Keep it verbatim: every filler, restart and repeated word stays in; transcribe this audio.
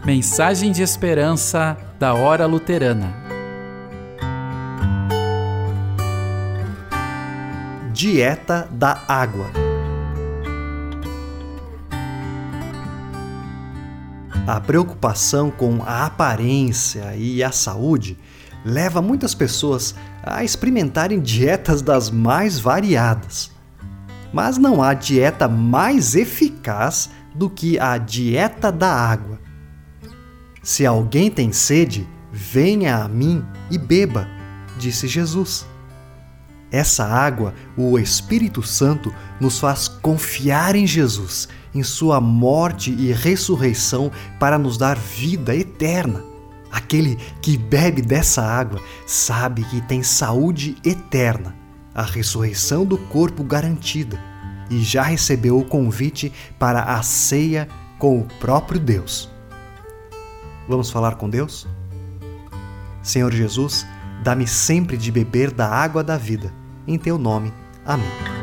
Mensagem de esperança da Hora Luterana. Dieta da água. A preocupação com a aparência e a saúde leva muitas pessoas a experimentarem dietas das mais variadas. Mas não há dieta mais eficaz do que a dieta da água. Se alguém tem sede, venha a mim e beba, disse Jesus. Essa água, o Espírito Santo, nos faz confiar em Jesus, em sua morte e ressurreição para nos dar vida eterna. Aquele que bebe dessa água sabe que tem saúde eterna, a ressurreição do corpo garantida, e já recebeu o convite para a ceia com o próprio Deus. Vamos falar com Deus? Senhor Jesus, dá-me sempre de beber da água da vida. Em teu nome. Amém.